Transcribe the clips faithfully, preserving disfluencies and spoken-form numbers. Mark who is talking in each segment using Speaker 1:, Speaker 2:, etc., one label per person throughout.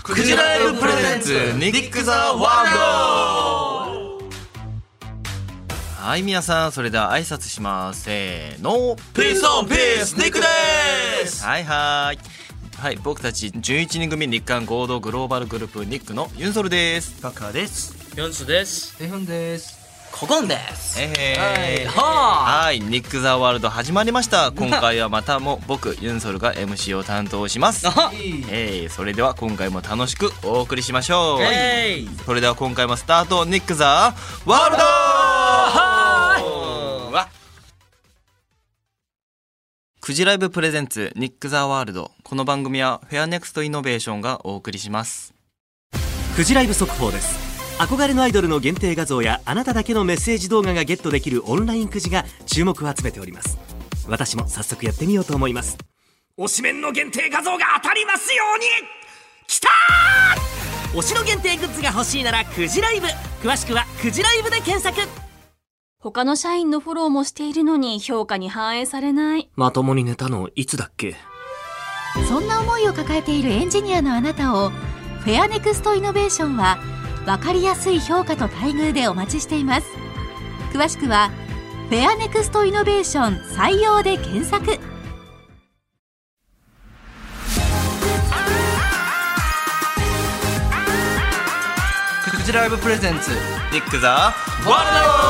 Speaker 1: クジライブプレゼンツニック・ザ・ワールド。はい、皆さん、それでは挨拶します。せーの、
Speaker 2: ピースオンピース、ニックです。
Speaker 1: はいはいはい、僕たちじゅういちにん組日韓合同グローバルグループニックのユンソルです。
Speaker 3: バカです。
Speaker 2: ヨンスです。
Speaker 4: テフンです。
Speaker 2: ココンです。
Speaker 1: えー、
Speaker 2: は
Speaker 1: はい、ニック・ザ・ワールド始まりました。今回はまたも僕ユンソルが エムシー を担当します。えー、それでは今回も楽しくお送りしましょう。
Speaker 2: えー、
Speaker 1: それでは今回もスタート。ニック・ザ・ワールド。クジライブプレゼンツニック・ザ・ワールド。この番組はフェアネクストイノベーションがお送りします。
Speaker 3: クジライブ速報です。憧れのアイドルの限定画像やあなただけのメッセージ動画がゲットできるオンラインくじが注目を集めております。私も早速やってみようと思います。推しメンの限定画像が当たりますように。きたー！推しの限定グッズが欲しいならクジライブ。詳しくはクジライブで検索。
Speaker 5: 他の社員のフォローもしているのに評価に反映されない。
Speaker 3: まともに寝たのいつだっけ。
Speaker 6: そんな思いを抱えているエンジニアのあなたをフェアネクストイノベーションは分かりやすい評価と待遇でお待ちしています。詳しくはフェアネクストイノベーション採用で検索。
Speaker 4: クジライブプレゼンツ
Speaker 1: ニック・ザ・ワールド。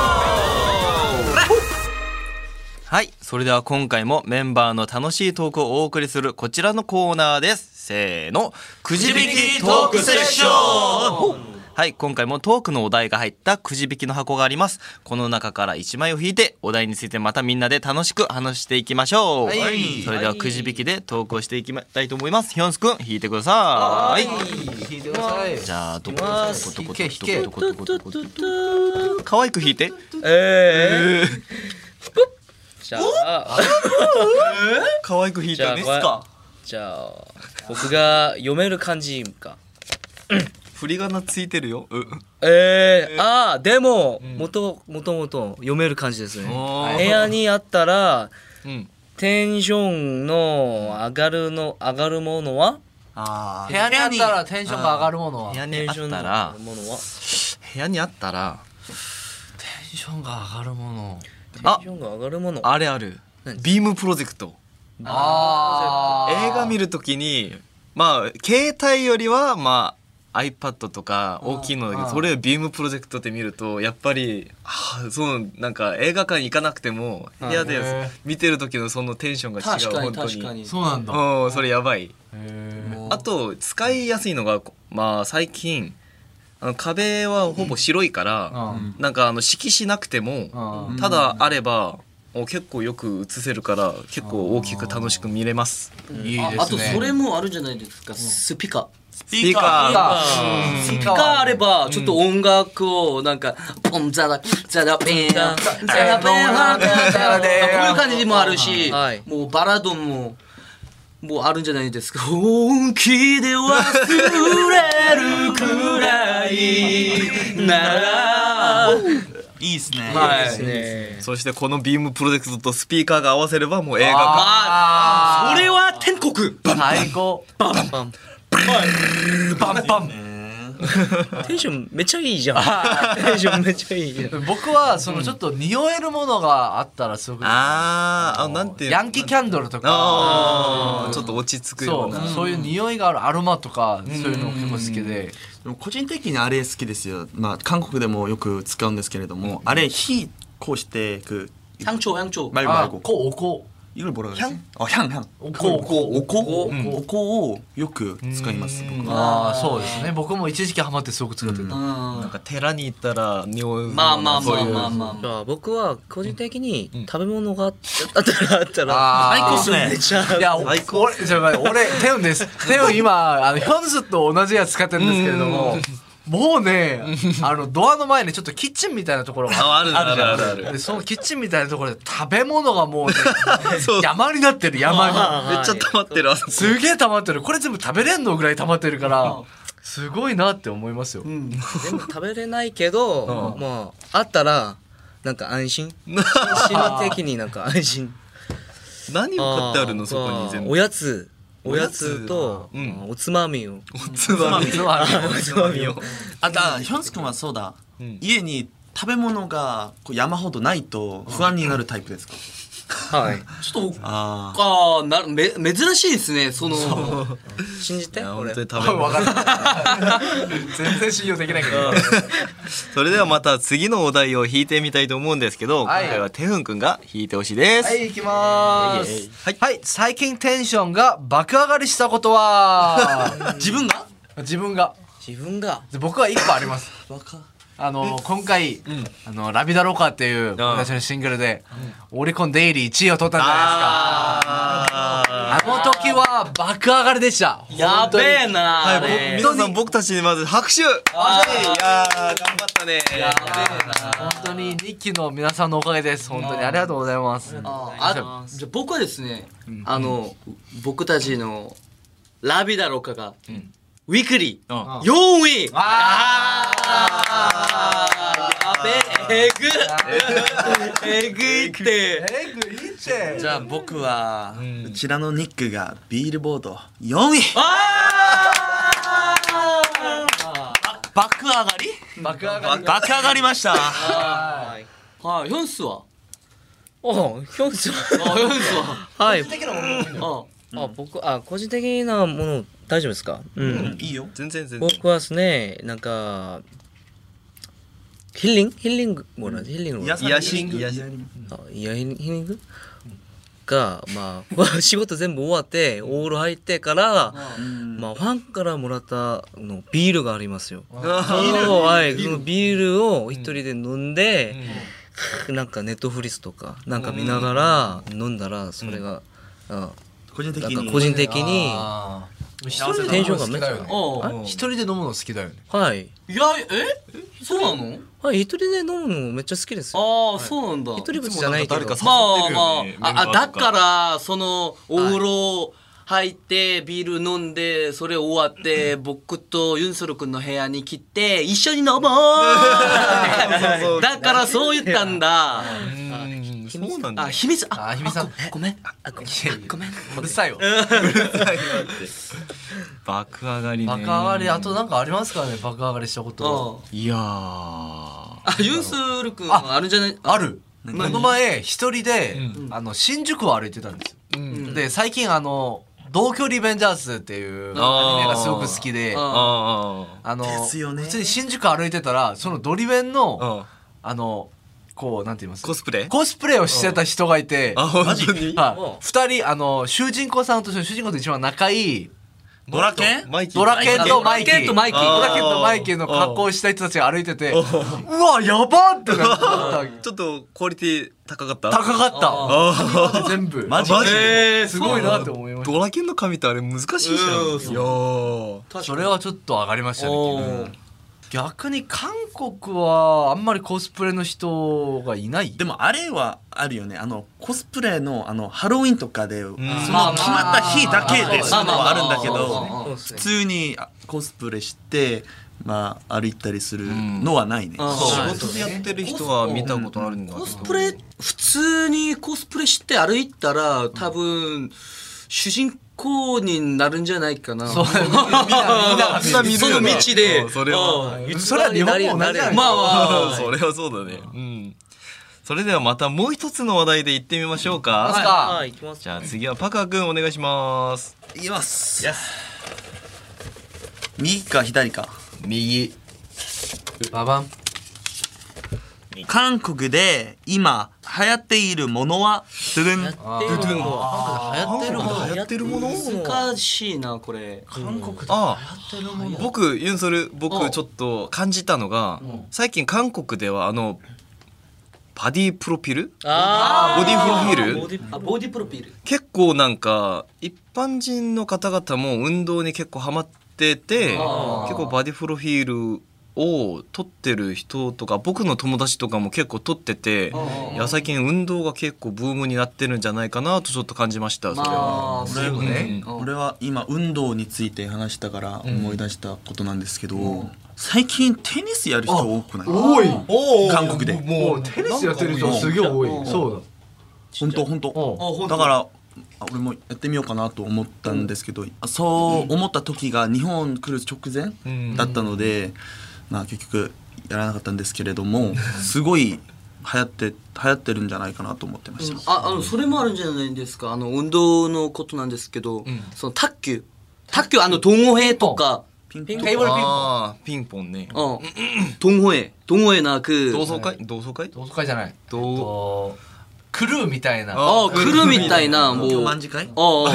Speaker 1: はい、それでは今回もメンバーの楽しいトークをお送りするこちらのコーナーです。せーの、くじ引きトークセッション。はい、今回もトークのお題が入ったくじ引きの箱があります。この中からいちまいを引いてお題についてまたみんなで楽しく話していきましょう。はい、それではくじ引きでトークをしていきたいと思います。ヒョンスくん引いてください。はい、
Speaker 4: 引いてください。
Speaker 1: じゃあどこどこどこどこ
Speaker 4: 引け
Speaker 1: どこどこどこどこ可愛く引いて。
Speaker 2: えー、じゃあ
Speaker 1: 可愛く引いたね。
Speaker 2: じゃあじゃあ僕が読める感じか。
Speaker 1: 振り仮名ついてるよ。う
Speaker 2: えー、ああでも、うん、もともともと読める感じですね。部屋にあったら、うん、テンションの上がるの上がるものは、
Speaker 4: あ部屋にあったらテンションが上がるものは、
Speaker 1: 部屋にあったら部屋にあったら
Speaker 4: テンションが上がるもの、
Speaker 2: テンションが上がるもの、
Speaker 1: あれある。ビームプロジェクト。
Speaker 4: あ
Speaker 1: 映画見るときにまあ携帯よりはまあiPad とか大きいのだけど、それをビームプロジェクトで見るとやっぱり、はあ、そうなんか映画館に行かなくても部屋で見てる時のそのテンションが違う。
Speaker 2: 確かに
Speaker 1: 本当に
Speaker 2: 確かに
Speaker 4: そうなんだ。
Speaker 1: うん、それやばい。あと使いやすいのがまあ最近あの壁はほぼ白いから、うん、なんかあの色紙なくても、うん、ただあれば結構よく映せるから結構大きく楽しく見れます。
Speaker 4: いいですね。
Speaker 2: あとそれもあるじゃないですか、スピカ
Speaker 1: スピーカ
Speaker 2: ースピーカーあればちょっと音楽をなんかポンザラザラペンザラペンこういう感じもあるし、もうバラードももうあるんじゃないですか。本気で忘れるくらいなら
Speaker 4: いいですね。
Speaker 2: はい。ね、
Speaker 1: そしてこのビームプロジェクトとスピーカーが合わせればもう映画
Speaker 2: 館。それは天国。
Speaker 4: 最高。
Speaker 2: バンバンバンバンバン。テンションめっちゃいいじゃん。テンションめっちゃいいじゃん。
Speaker 4: 僕はそのちょっと匂えるものがあったらすごく、
Speaker 1: ああ、なんて
Speaker 4: ヤンキーキャンドルとか、
Speaker 1: あちょっと落ち着くような、
Speaker 4: そう、そういう匂いがあるアロマとか、そういうの結構好きで。
Speaker 7: でも個人的にあれ好きですよ。まあ韓国でもよく使うんですけれども、あれ火こうして그
Speaker 2: 향초 향초
Speaker 7: 말고 말고
Speaker 4: 코 오코
Speaker 7: 이걸 뭐라 그러지? 어, 향, 향.
Speaker 4: 오코, 오코,
Speaker 7: 오코, 음. 오코をよく使います。僕
Speaker 4: は。ああ、そうですね。僕も一時期ハマってすごく使ってた。
Speaker 1: なんか寺に行ったら匂う。
Speaker 2: まあまあまあまあまあ。僕は個人的に食べ物があったらあったら
Speaker 4: 最高っすね。
Speaker 2: めちゃ
Speaker 4: いや、俺じゃあ俺テウンです。テウン今あのヒョンスと同じやつ使ってるんですけれども。もうね、あのドアの前にちょっとキッチンみたいなところが
Speaker 1: あるじゃん。あるあるある。
Speaker 4: でそのキッチンみたいなところで食べ物がもう、ね、山になってる山に。
Speaker 1: めっちゃ溜まってる。
Speaker 4: すげえ溜まってる。これ全部食べれんのぐらい溜まってるから。すごいなって思いますよ。うん、
Speaker 2: 全部食べれないけど、うん、まああったらなんか安心。心的になんか安心。
Speaker 1: 何を買ってあるのそこに全部。
Speaker 2: おやつ。 おやつとおつまみを
Speaker 1: おつまみ
Speaker 4: つまみ
Speaker 1: おつまみを
Speaker 7: あだヒョンス君はそうだ、家に食べ物がこう山ほどないと不安になるタイプですか？
Speaker 2: はいちょっと
Speaker 7: あ
Speaker 2: あーなめ珍しいですねその信じて
Speaker 1: 本
Speaker 2: 俺
Speaker 1: 当に食べ物
Speaker 4: 分かった全然信用できないけど
Speaker 1: それではまた次のお題を引いてみたいと思うんですけど、
Speaker 4: はい
Speaker 1: 今回はテフン君が引いてほしいです。
Speaker 4: はい行きまーすはい、はい、最近テンションが爆上がりしたことは
Speaker 2: 自分が
Speaker 4: 自分が
Speaker 2: 自分が
Speaker 4: で僕はいっこありますあの今回、あのラビダロカっていう私のシングルで、オリコンデイリーいちいを取ったんじゃないですか。あの時は爆上がりでした。
Speaker 2: やべえな
Speaker 1: はい、
Speaker 2: あれ
Speaker 1: 皆さん僕たちにまず拍手。はい、いやー頑張ったね。
Speaker 2: やべえな
Speaker 4: 本当に日記の皆さんのおかげです。本当にありがとうございます。
Speaker 2: あじゃあ僕はですねあの僕たちのラビダロカがウィークリーよんいあーやべええぐえぐいって
Speaker 4: えぐいって
Speaker 7: じゃあ僕は、うちらのニックがビールボードよんい
Speaker 1: 爆上がり？
Speaker 4: 爆上がり
Speaker 1: 爆上がりました。
Speaker 2: はいヒョンスは
Speaker 8: あ、ヒョンス
Speaker 2: あヒョンスは
Speaker 8: はい。
Speaker 2: あ
Speaker 8: あ、僕あ個人的なもの大丈夫ですか？うん。
Speaker 7: いいよ
Speaker 1: 全然全然。
Speaker 8: 僕はですね、なんかヒーリングヒーリングもらうヒーリングもらう
Speaker 1: 癒し癒し。
Speaker 8: あイヤヒーリングがまあ仕事全部終わってオール入ってからまあファンからもらったのビールがありますよ。そのはいそのビールを一人で飲んでなんかネットフリスとかなんか見ながら飲んだらそれがあ
Speaker 7: 個人的に
Speaker 8: なんか個人的に
Speaker 4: あー一人で
Speaker 8: テンシ
Speaker 4: 飲むの
Speaker 8: ョンがめっちゃ
Speaker 4: 好きだよね
Speaker 2: あ
Speaker 4: 一人で飲むの好きだよね
Speaker 8: はい
Speaker 2: いやえそうなの
Speaker 8: はい一人で飲むのめっちゃ好きですよ。
Speaker 2: ああそうなんだ
Speaker 8: 一人ぶちじゃないけど
Speaker 1: 誰か誘
Speaker 2: まあ
Speaker 1: ってるよね
Speaker 2: まあ、ああだからそのお風呂入ってビール飲んでそれ終わって僕とユンソル君の部屋に来て一緒に飲もうだからそう言ったんだ
Speaker 1: そうなんだ
Speaker 2: あ。秘密あ
Speaker 4: あ秘密さん
Speaker 2: ごめんあごめんごめん
Speaker 4: うるさいよ
Speaker 1: 爆上がりね。
Speaker 4: 爆上がりあとなんかありますかね爆上がりしたこと
Speaker 2: あ
Speaker 1: いやー。
Speaker 2: あユンソル君あるんじゃない
Speaker 4: あるこの前一人であの新宿を歩いてたんですよで最近あの同居リベンジャーズっていうアニメがすごく好きで
Speaker 2: あ
Speaker 1: あ
Speaker 4: あの
Speaker 7: ですよね
Speaker 4: 普通に新宿歩いてたらそのドリベン
Speaker 1: あ。
Speaker 4: の
Speaker 1: あ
Speaker 4: あのこうなんて言います
Speaker 1: コスプレ？
Speaker 4: コスプレをしてた人がいて
Speaker 1: あ本当に？
Speaker 4: はい二人あの主人公さんと主人公と一番仲いい
Speaker 7: ドラケン
Speaker 1: マイキー。
Speaker 4: ドラケンとマイキー
Speaker 2: ドラケンとマイキー
Speaker 4: ドラケンとマイキーの格好をした人たちが歩いててうわやばってなった
Speaker 1: ちょっとクオリティ高かった？
Speaker 4: 高かった
Speaker 1: あ
Speaker 4: 全部
Speaker 1: マジ
Speaker 2: えー
Speaker 4: すごいなって思いました
Speaker 1: ドラケンの髪ってあれ難しいじゃん。いやー。
Speaker 4: それはちょっと上がりましたね
Speaker 2: お
Speaker 4: 昨日逆に韓国はあんまりコスプレの人がいない
Speaker 7: でもあれはあるよねあのコスプレのあのハロウィンとかで、その決
Speaker 2: まあ
Speaker 7: まった日だけでそういうのはあるんだけ
Speaker 2: まあまあま
Speaker 7: ど
Speaker 2: あまあ
Speaker 7: 普通にあコスプレしてまあ歩いたりするのはないね、
Speaker 2: あ
Speaker 1: 仕事でやってる人は見たことあるんだけど。
Speaker 2: コスプレ普通にコスプレして歩いたら多分主人公になるんじゃないかな。そう
Speaker 4: みんなみんなが
Speaker 1: みんな見る
Speaker 2: その
Speaker 1: よな
Speaker 2: 道で
Speaker 1: うんそれは
Speaker 2: うん
Speaker 4: それは日本も同じじゃない
Speaker 2: まあまあ
Speaker 1: それはそうだね。うん。それではまたもう一つの話題で行ってみましょうか。
Speaker 8: はい行きます。
Speaker 1: じゃあ次はパカ君お願いします。
Speaker 7: いきます右か左か
Speaker 1: 右。
Speaker 4: ババン
Speaker 7: 韓国で今流行っているものはドゥルン
Speaker 8: やってるものは
Speaker 4: 流行ってるもの
Speaker 1: 流行ってるもの？
Speaker 2: 難しいなこれ。
Speaker 4: 韓国で
Speaker 1: ああ、僕ユンソル
Speaker 2: う
Speaker 1: 僕
Speaker 2: ん
Speaker 1: ちょっと感じたのが、最近韓国ではあのバディプロフィール、
Speaker 8: あ
Speaker 1: ボディプロフィール
Speaker 2: ボディあボディプロフィール。
Speaker 1: 結構なんか一般人の方々も運動に結構ハマってて、
Speaker 2: あー
Speaker 1: 結構バディプロフィールを撮ってる人とか僕の友達とかも結構撮ってて、いや最近運動が結構ブームになってるんじゃないかなとちょっと感じました。それは。
Speaker 2: まあそうね。うん
Speaker 7: 俺は今運動について話したから思い出したことなんですけど、最近テニスやる人多くない
Speaker 4: 多い
Speaker 7: 韓国で
Speaker 4: もうテニスやってる人すげえ多いそうだ
Speaker 7: 本当本当
Speaker 2: あ本当
Speaker 7: だからあ俺もやってみようかなと思ったんですけど、そう思った時が日本来る直前だったので、まあ結局やらなかったんですけれども、すごい流行って流行ってるんじゃないかなと思ってました。
Speaker 2: ああのそれもあるんじゃないですか。あの運動のことなんですけど、その卓球卓球あの동호회とか
Speaker 7: ピン
Speaker 4: テーブルピンポン。
Speaker 1: あーピンポンね。
Speaker 2: うん동호회 동호회なく
Speaker 1: 同窓会同窓会
Speaker 4: 同窓会じゃない。
Speaker 1: 同
Speaker 4: えっとクルーみたいな。
Speaker 2: あ来るみたいなもう
Speaker 7: 今日万次会
Speaker 2: ああ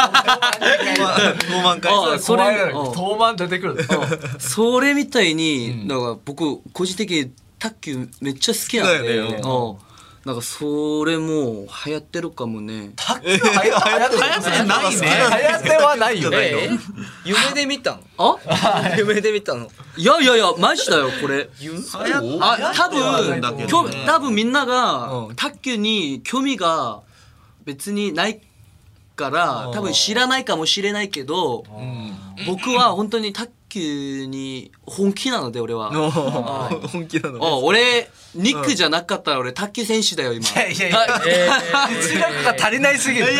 Speaker 1: 同窓会
Speaker 2: あそれ
Speaker 4: 当番出てくる。
Speaker 2: それみたいに、なんか僕個人的に卓球めっちゃ好きなんで、
Speaker 1: 好きだよね
Speaker 2: うんなんかそれも流行ってるかもね。
Speaker 4: 卓球流行ってないね。流行ってはないよ。
Speaker 8: え夢で見たの？
Speaker 2: あ
Speaker 8: 夢で見たの？
Speaker 2: いやいやいやマジだよこれ。あ多分
Speaker 7: だけど
Speaker 2: 興味多分みんなが卓球に興味が別にないから多分知らないかもしれないけど、僕は本当に卓球に本気なので俺は。
Speaker 1: 本気なの。
Speaker 2: あ俺ニックじゃなかったら俺卓球選手だよ今。
Speaker 4: いやいやいや。実力が足りないすぎる。
Speaker 1: いや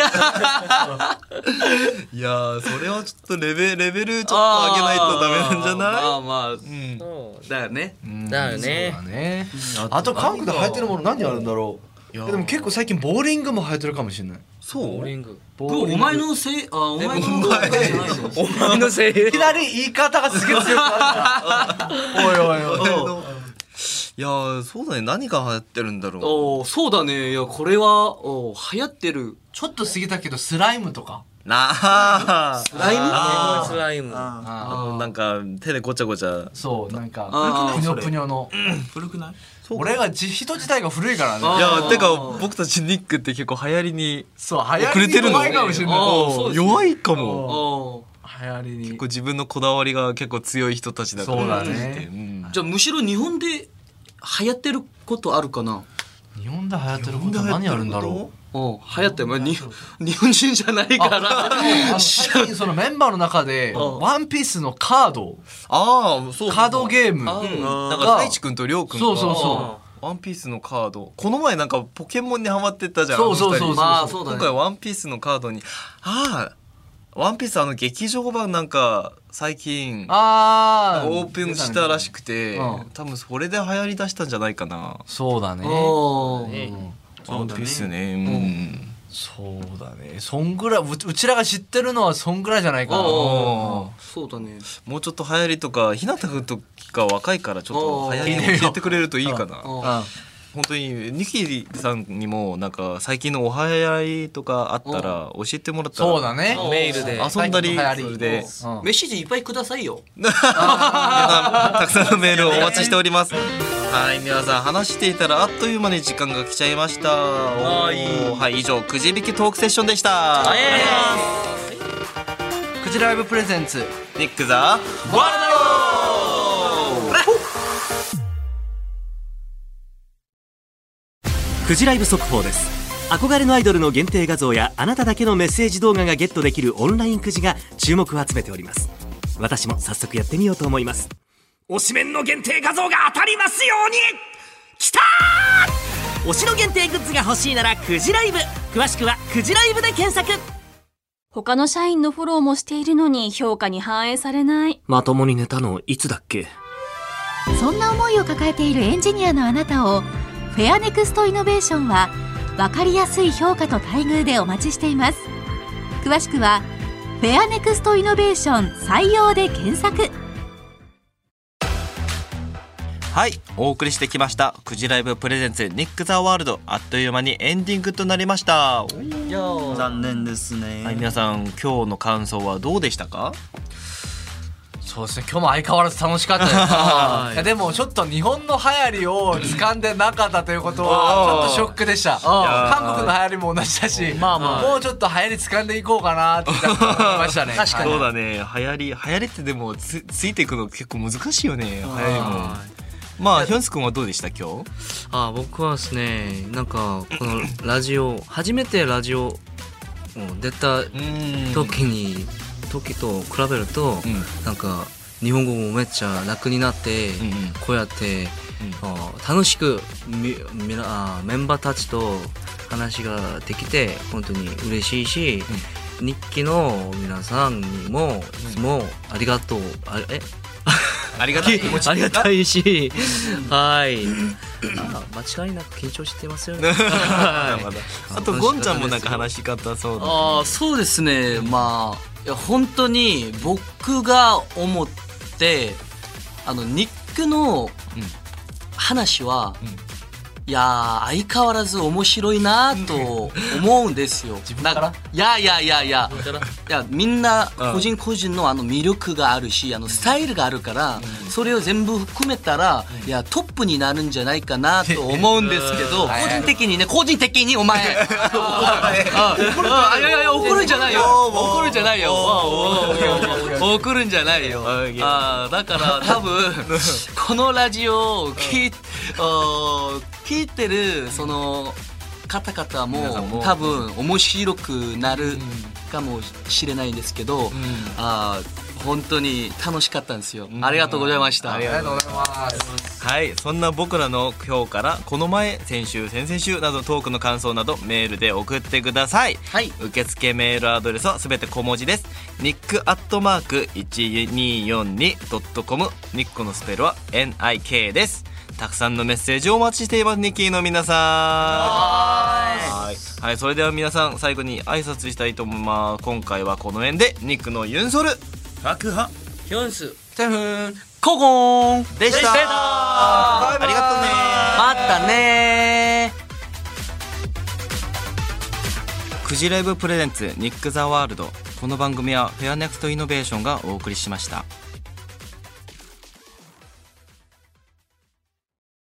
Speaker 1: ーそれはちょっとレベレベルちょっと上げないとダメなんじゃない？
Speaker 2: まあまあ
Speaker 1: うん
Speaker 2: だよね。
Speaker 8: だよね。
Speaker 4: そうだね。あと韓国で流行ってるもの何あるんだろう。でも結構最近ボーリングも流行ってるかもしれない。
Speaker 1: そう
Speaker 8: ボーリング。
Speaker 2: お前のせいあお前のせいじゃないの。
Speaker 8: お前のせい。
Speaker 4: いきなり言い方がすげえ強くなった。おいおいおい。
Speaker 1: いやーそうだね何が流行ってるんだろう。
Speaker 2: おそうだね。いやこれはお流行ってる。
Speaker 4: ちょっと過ぎたけどスライムとか。
Speaker 1: なあ
Speaker 2: スライム
Speaker 8: あースライム。
Speaker 1: あのなんか手でごちゃごちゃ。
Speaker 4: そうなんか
Speaker 2: あー
Speaker 4: ぷにょぷにょの。
Speaker 7: 古くない？
Speaker 4: 俺がじ人自体が古いからね。
Speaker 1: いやてか僕たちニックって結構流行りに
Speaker 4: そう流行
Speaker 1: 遅れてるの
Speaker 4: りに弱いかもしれない。
Speaker 2: あーそうですね
Speaker 1: 弱いかも。
Speaker 2: お
Speaker 4: 流行りに。
Speaker 1: 結構自分のこだわりが結構強い人たちだから。
Speaker 4: そうだね
Speaker 1: うん
Speaker 2: じゃあむしろ日本で流行ってることあるかな。
Speaker 4: 日本で流行ってること何あるんだろう。
Speaker 2: お流行ってる、まあ、に日本人じゃないから
Speaker 4: あの最近そのメンバーの中でワンピースのカード
Speaker 1: ああそう
Speaker 4: カードゲーム
Speaker 1: うん
Speaker 4: が
Speaker 1: なんか太一くんとりょうくんが
Speaker 4: そうそうそ
Speaker 1: ワンピースのカードこの前なんかポケモンにハマってたじゃん
Speaker 4: そうそうそう
Speaker 1: あの二人
Speaker 2: まあそうだね
Speaker 1: 今回ワンピースのカードにああワンピースあの劇場版なんか最近
Speaker 4: あー
Speaker 1: オープンしたらしくて
Speaker 4: うん
Speaker 1: 多分それで流行りだしたんじゃないかな
Speaker 4: そうだね
Speaker 2: お
Speaker 1: ワンピースね
Speaker 4: そうだねそんぐらいううちらが知ってるのはそんぐらいじゃないかな。
Speaker 2: おそうだね。
Speaker 1: もうちょっと流行りとかひなたくんとか若いからちょっと流行りを教えてくれるといいかな
Speaker 2: お
Speaker 4: うん
Speaker 1: 本当にニキさんにもなんか最近のお流行りとかあったら教えてもらったら
Speaker 4: そうだね。
Speaker 8: メールで。
Speaker 1: 遊んだり
Speaker 4: 最近の流行り
Speaker 1: それで
Speaker 4: うん
Speaker 2: メッセージいっぱいくださいよ。
Speaker 1: 皆さんたくさんのメールをお待ちしておりますはい皆さん話していたらあっという間に時間が来ちゃいましたはいはい以上くじ引きトークセッションでした
Speaker 4: くじライブプレゼンツ
Speaker 1: ニックザワール
Speaker 3: フジライブ速報です。憧れのアイドルの限定画像やあなただけのメッセージ動画がゲットできるオンラインくじが注目を集めております。私も早速やってみようと思います。推しメンの限定画像が当たりますように。きたー！推しの限定グッズが欲しいならくじライブ。詳しくはくじライブで検索。
Speaker 5: 他の社員のフォローもしているのに評価に反映されない。
Speaker 3: まともに寝たのいつだっけ？
Speaker 6: そんな思いを抱えているエンジニアのあなたをフェアネクストイノベーションは分かりやすい評価と待遇でお待ちしています。詳しくはフェアネクストイノベーション採用で検索。
Speaker 1: はいお送りしてきましたくじライブプレゼンツニックザワールドあっという間にエンディングとなりました
Speaker 7: 残念ですね。
Speaker 1: はい皆さん今日の感想はどうでしたか？
Speaker 4: そうですね今日も相変わらず楽しかったですいやでもちょっと日本の流行りを掴んでなかったということはちょっとショックでした。韓国の流行りも同じだし、まあまあ、もうちょっと流行り掴んでいこうかなって思いましたね確
Speaker 1: かにそうだね流行り流行りってでも つ, ついていくの結構難しいよね流行りもまあヒョンス君はどうでした今日？
Speaker 8: あ僕はですねなんかこのラジオ初めてラジオ出た時に時と比べると、うん、なんか日本語もめっちゃ楽になって、うんうん、こうやって、うん、楽しくみみあメンバーたちと話ができて本当に嬉しいし、うん、日記の皆さんにもいつもありがとう、あえ
Speaker 1: ありがたい気持ち
Speaker 8: ありがたいし、はいあ間違いなく緊張してますよね
Speaker 1: あとゴンちゃんもなんか話し方そうだ、ね、
Speaker 2: あそうですね、まあいや本当に僕が思ってあのニックの話は、うんうん、いや相変わらず面白いなと思うんですよ。
Speaker 4: 自分から
Speaker 2: いやいやいやいやいやみんな個人個人のあの魅力があるしあのスタイルがあるから、うん、それを全部含めたら、うん、いやトップになるんじゃないかなと思うんですけど個人的にね個人的にお前いやいや怒るんじゃないよ怒るんじゃないよ怒るんじゃないよあだから多分このラジオを聞い聞いてるその方々も多分面白くなるかもしれないんですけど、うん、あ本当に楽しかったんですよ、うん、ありがとうございました。
Speaker 4: ありがとうございます。
Speaker 1: はい、そんな僕らの今日からこの前先週先々週などトークの感想などメールで送ってください、はい、受付メールアドレスはすべて小文字です。ニックアットマーク いちにーよんにドットコム ニックのスペルは エヌアイケー です。たくさんのメッセージをお待ちしています。ニッキーの皆さんはい、はい、それでは皆さん最後に挨拶したいと思います。今回はこの辺でニックのユンソル
Speaker 7: ハクハ
Speaker 2: ヒョンステフンコゴン
Speaker 1: でした。ありがとうね。
Speaker 2: またね。
Speaker 1: クジライブプレゼンツニックザワールド。この番組はフェアネクストイノベーションがお送りしました。